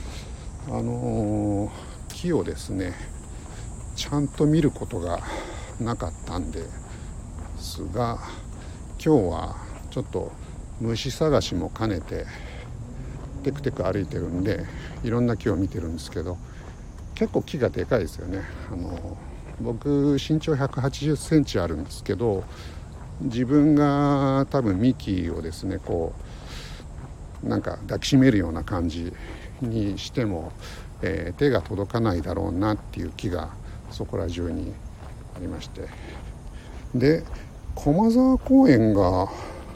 木をですねちゃんと見ることがなかったんですが、今日はちょっと虫探しも兼ねてテクテク歩いてるんでいろんな木を見てるんですけど、結構木がでかいですよね。僕身長180センチあるんですけど、自分が多分幹をですねこうなんか抱きしめるような感じにしても、手が届かないだろうなっていう木がそこら中にありまして、で駒沢公園が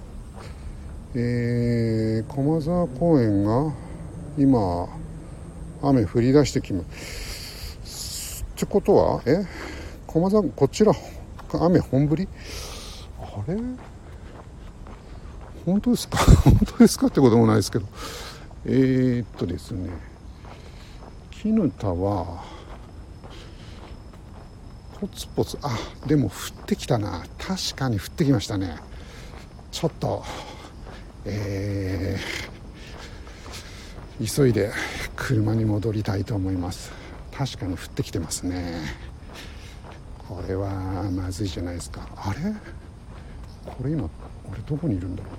今雨降り出してきますってことは駒沢こちら雨本降り、あれ本当ですか本当ですかってこともないですけど、ですね砧はポツポツでも降ってきたな。確かに降ってきましたね。ちょっと急いで車に戻りたいと思います。確かに降ってきてますね。これはまずいじゃないですか。あれこれ今俺どこにいるんだろ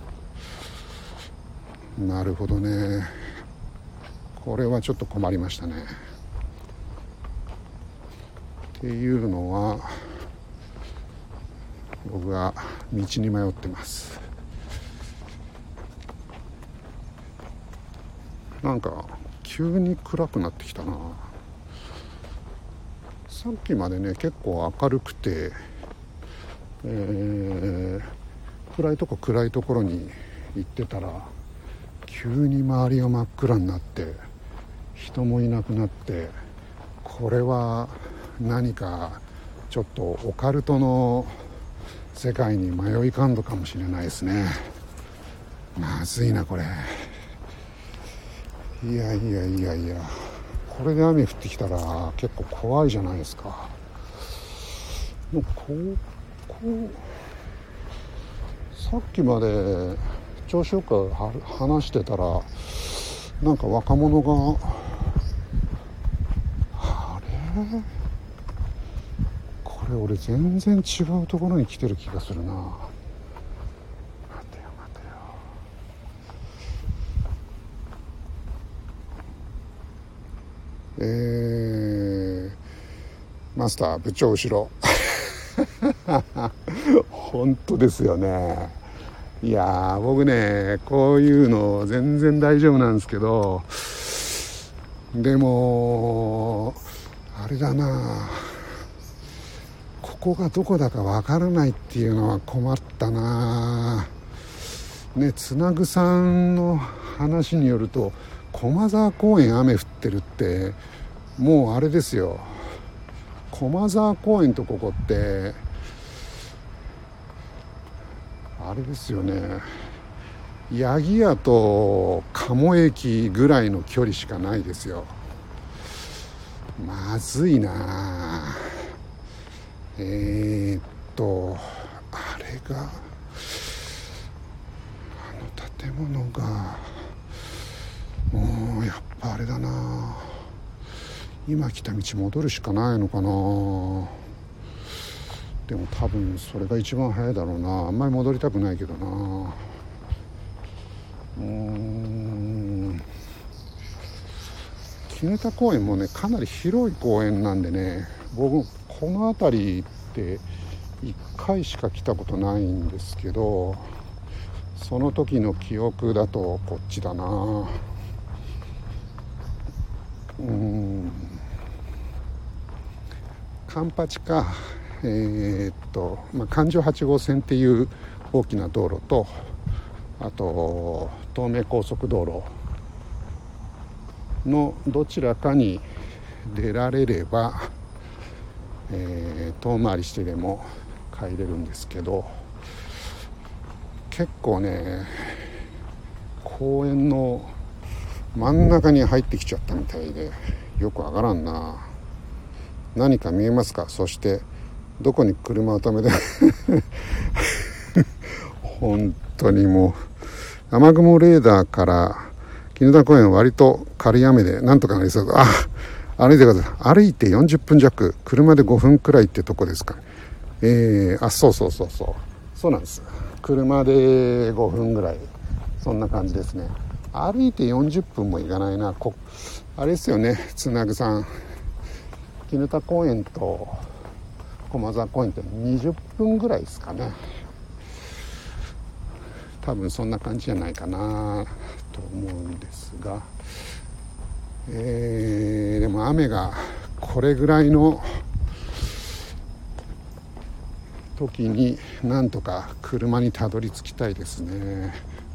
うな。なるほどね。これはちょっと困りましたね。っていうのは僕は道に迷ってます。なんか急に暗くなってきたな。さっきまでね結構明るくて、暗いところに行ってたら急に周りが真っ暗になって人もいなくなって、これは何かちょっとオカルトの世界に迷い込んだかもしれないですね。まずいなこれ。いやこれで雨降ってきたら結構怖いじゃないですか。もうさっきまで調子よく話してたらなんか若者がこれ俺全然違うところに来てる気がするな。待てよ。マスター部長後ろ本当ですよね。いや僕ねこういうの全然大丈夫なんですけど、でもあれだな、ここがどこだかわからないっていうのは困ったなね。つなぐさんの話によると駒沢公園雨降ってるってもうあれですよ。駒沢公園とここってあれですよね、八木屋と鴨駅ぐらいの距離しかないですよ。まずいな。あれが建物がもうやっぱあれだな、今来た道戻るしかないのかな。でも多分それが一番早いだろうな。あんまり戻りたくないけどな。砧公園もね、かなり広い公園なんでね、僕この辺りって1回しか来たことないんですけど、その時の記憶だとこっちだな。カンパチか、環状8号線っていう大きな道路と、あと東名高速道路のどちらかに出られれば、遠回りしてでも帰れるんですけど、結構ね、公園の真ん中に入ってきちゃったみたいでよくわからんな。何か見えますか？そしてどこに車を止めて本当にもう雨雲レーダーから砧公園は割と軽い雨でなんとかなりそうだ。歩いてください。歩いて40分弱、車で5分くらいってとこですか。そうなんです。車で5分ぐらい、そんな感じですね。歩いて40分もいかないな。あれですよね、つなぐさん、砧公園と駒沢公園って20分ぐらいですかね。多分そんな感じじゃないかなと思うんですが、でも雨がこれぐらいの時になんとか車にたどり着きたいですね。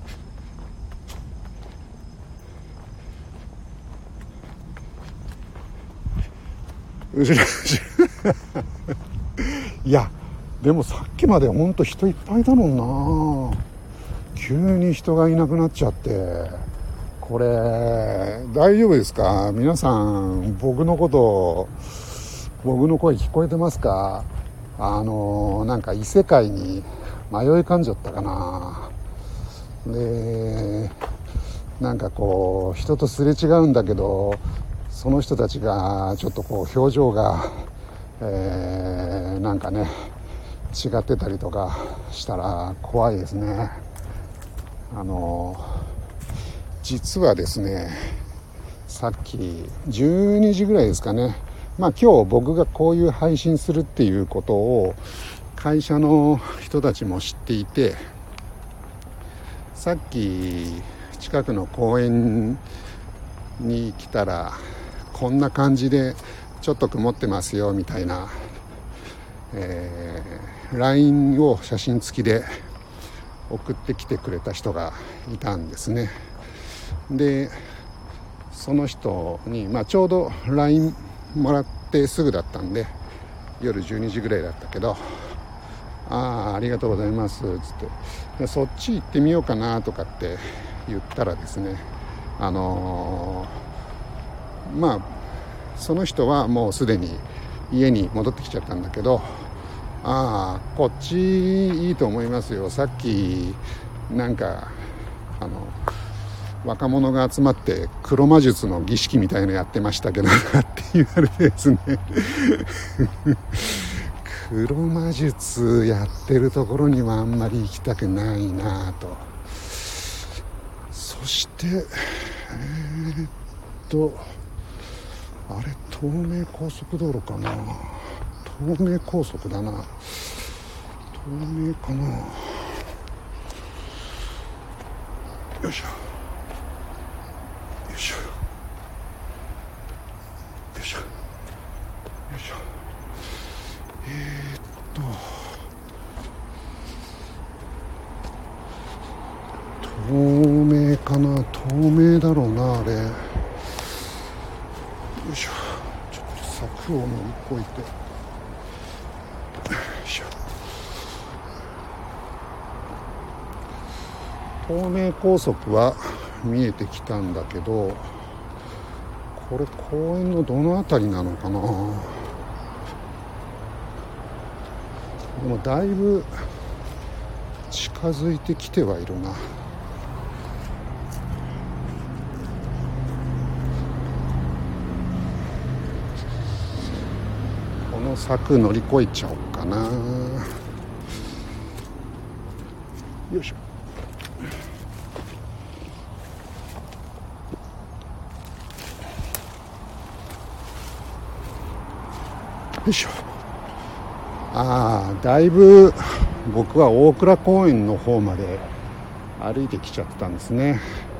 後ろいやでもさっきまでほんと人いっぱいだもんな。急に人がいなくなっちゃって、これ大丈夫ですか皆さん。僕の声聞こえてますか？なんか異世界に迷い込んじゃったかな。でなんかこう人とすれ違うんだけど、その人たちがちょっとこう表情が、なんかね違ってたりとかしたら怖いですね。実はですね、さっき12時ぐらいですかね、今日僕がこういう配信するっていうことを会社の人たちも知っていて、さっき近くの公園に来たらこんな感じでちょっと曇ってますよみたいな、LINE を写真付きで送ってきてくれた人がいたんですね。でその人に、ちょうど LINE もらってすぐだったんで、夜12時ぐらいだったけど、ありがとうございますつって、そっち行ってみようかなとかって言ったらですね、その人はもうすでに家に戻ってきちゃったんだけど、こっちいいと思いますよ。さっきなんか若者が集まって黒魔術の儀式みたいのやってましたけどって言われてですね黒魔術やってるところにはあんまり行きたくないなと。そしてあれ東名高速道路かな。東名高速だな。東名かな。よいしょよいしょよいしょよいしょ。東名かな。東名だろうなあれ。よいしょ。ちょっと柵を乗り越えて、よいしょ。東名高速は見えてきたんだけど、これ公園のどのあたりなのかな。でもだいぶ近づいてきてはいるな。 の柵乗り越えちゃおうかな。よいしょ。よいしょ。だいぶ僕は大倉公園の方まで歩いてきちゃってたんですね。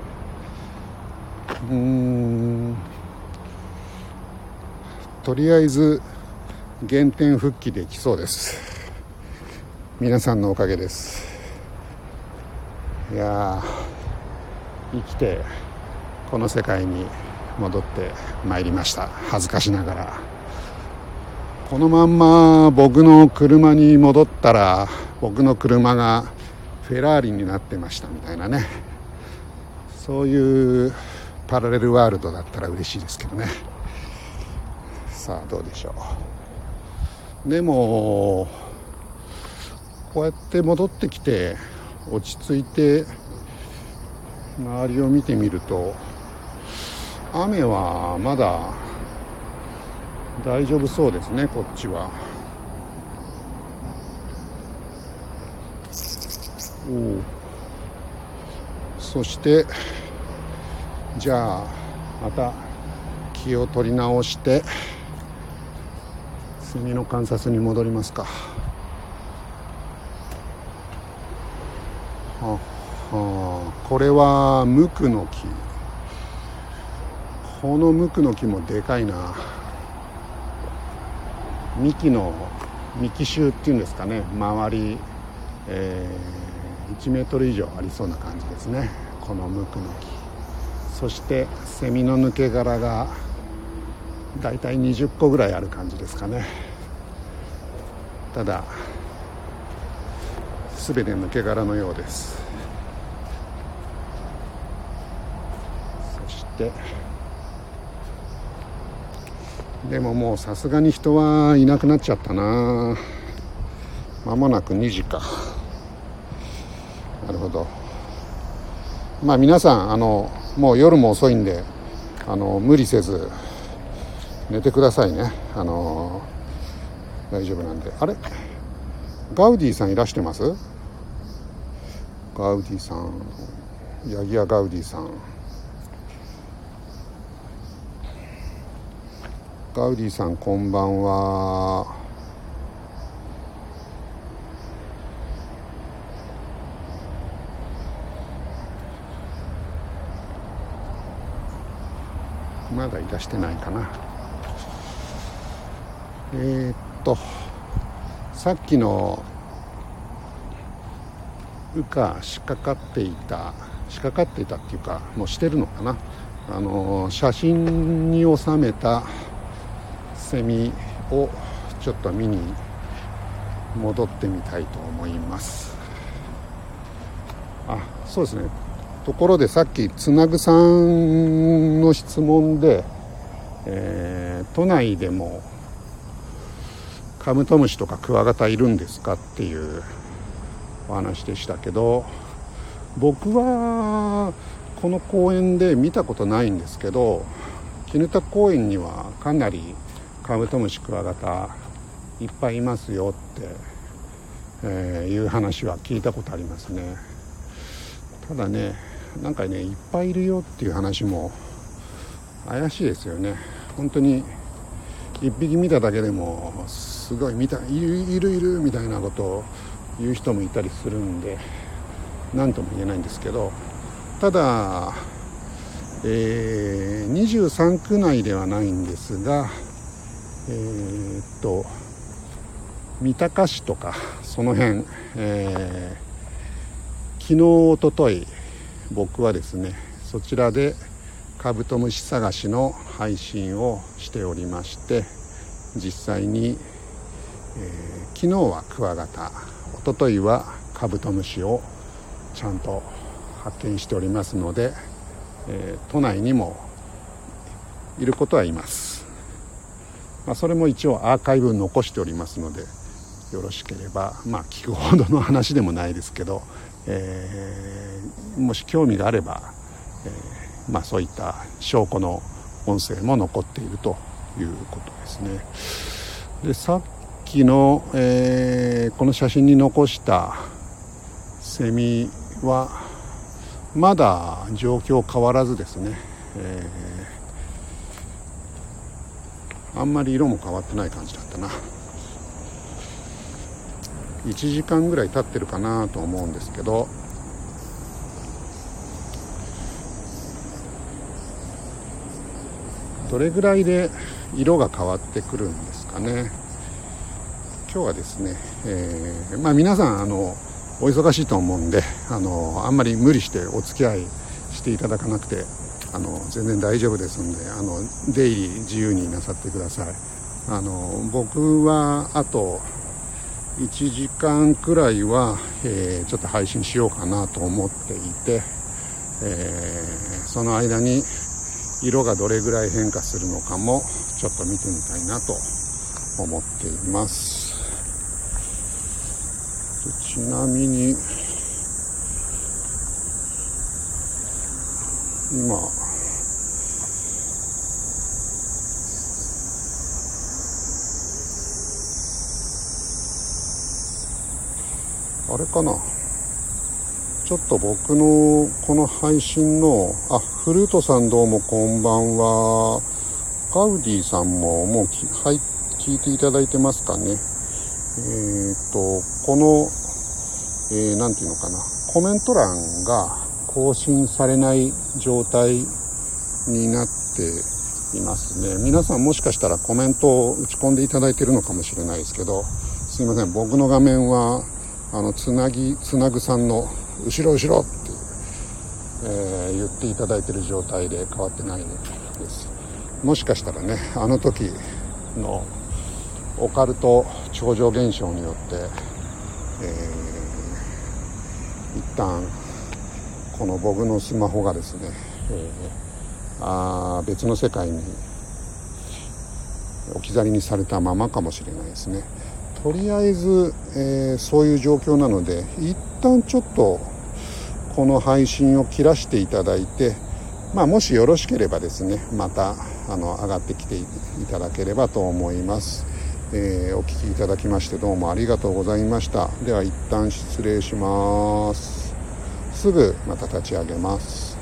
とりあえず原点復帰できそうです。皆さんのおかげです。いや生きてこの世界に戻ってまいりました。恥ずかしながら。このまんま僕の車に戻ったら、僕の車がフェラーリになってましたみたいなね、そういうパラレルワールドだったら嬉しいですけどね。さあどうでしょう。でもこうやって戻ってきて落ち着いて周りを見てみると、雨はまだ大丈夫そうですね。こっちはそしてじゃあまた気を取り直してセミの観察に戻りますか。これはムクの木。このムクの木もでかいな。幹周っていうんですかね、周り、1メートル以上ありそうな感じですね、このムクの木。そしてセミの抜け殻がだいたい20個ぐらいある感じですかね。ただ全て抜け殻のようです。そしてでももうさすがに人はいなくなっちゃったな。間もなく2時か。なるほど。まあ皆さんもう夜も遅いんで無理せず寝てくださいね。大丈夫なんで。あれガウディさんいらしてます？ガウディさん、ヤギヤガウディさん。ガウディさんこんばんは。まだいらしてないかな。さっきの仕掛かっていたっていうかもうしてるのかな。写真に収めたセミをちょっと見に戻ってみたいと思います。そうですね。ところでさっきつなぐさんの質問で、都内でもカブトムシとかクワガタいるんですかっていうお話でしたけど、僕はこの公園で見たことないんですけど、絹田公園にはかなりカブトムシクワガタいっぱいいますよって、いう話は聞いたことありますね。ただね、なんかね、いっぱいいるよっていう話も怪しいですよね。本当に一匹見ただけでもすごいいるみたいなことを言う人もいたりするんで何とも言えないんですけど、ただ、23区内ではないんですが、三鷹市とかその辺、昨日おととい僕はですねそちらでカブトムシ探しの配信をしておりまして、実際に、昨日はクワガタ、おとといはカブトムシをちゃんと発見しておりますので、都内にもいることはいます。それも一応アーカイブ残しておりますので、よろしければ、聞くほどの話でもないですけど、もし興味があれば、そういった証拠の音声も残っているということですね。 でさっきの、この写真に残したセミはまだ状況変わらずですね、あんまり色も変わってない感じだったな。1時間ぐらい経ってるかなと思うんですけど、どれぐらいで色が変わってくるんですかね。今日はですね、皆さんお忙しいと思うんであんまり無理してお付き合いしていただかなくて全然大丈夫ですんで出入り自由になさってください。僕はあと1時間くらいは、ちょっと配信しようかなと思っていて、その間に色がどれぐらい変化するのかもちょっと見てみたいなと思っています。ちなみに今あれかな、ちょっと僕のこの配信のフルートさんどうもこんばんは。ガウディさんももう聞いていただいてますかね。この、なんていうのかな、コメント欄が更新されない状態になっていますね。皆さんもしかしたらコメントを打ち込んでいただいているのかもしれないですけど、すいません、僕の画面はつなぐさんの後ろって、言っていただいている状態で変わってないです。もしかしたらね、あの時のオカルト超常現象によって、一旦この僕のスマホがですね、別の世界に置き去りにされたままかもしれないですね。とりあえず、そういう状況なので一旦ちょっとこの配信を切らしていただいて、もしよろしければですね、また上がってきていただければと思います。お聞きいただきましてどうもありがとうございました。では一旦失礼します。すぐまた立ち上げます。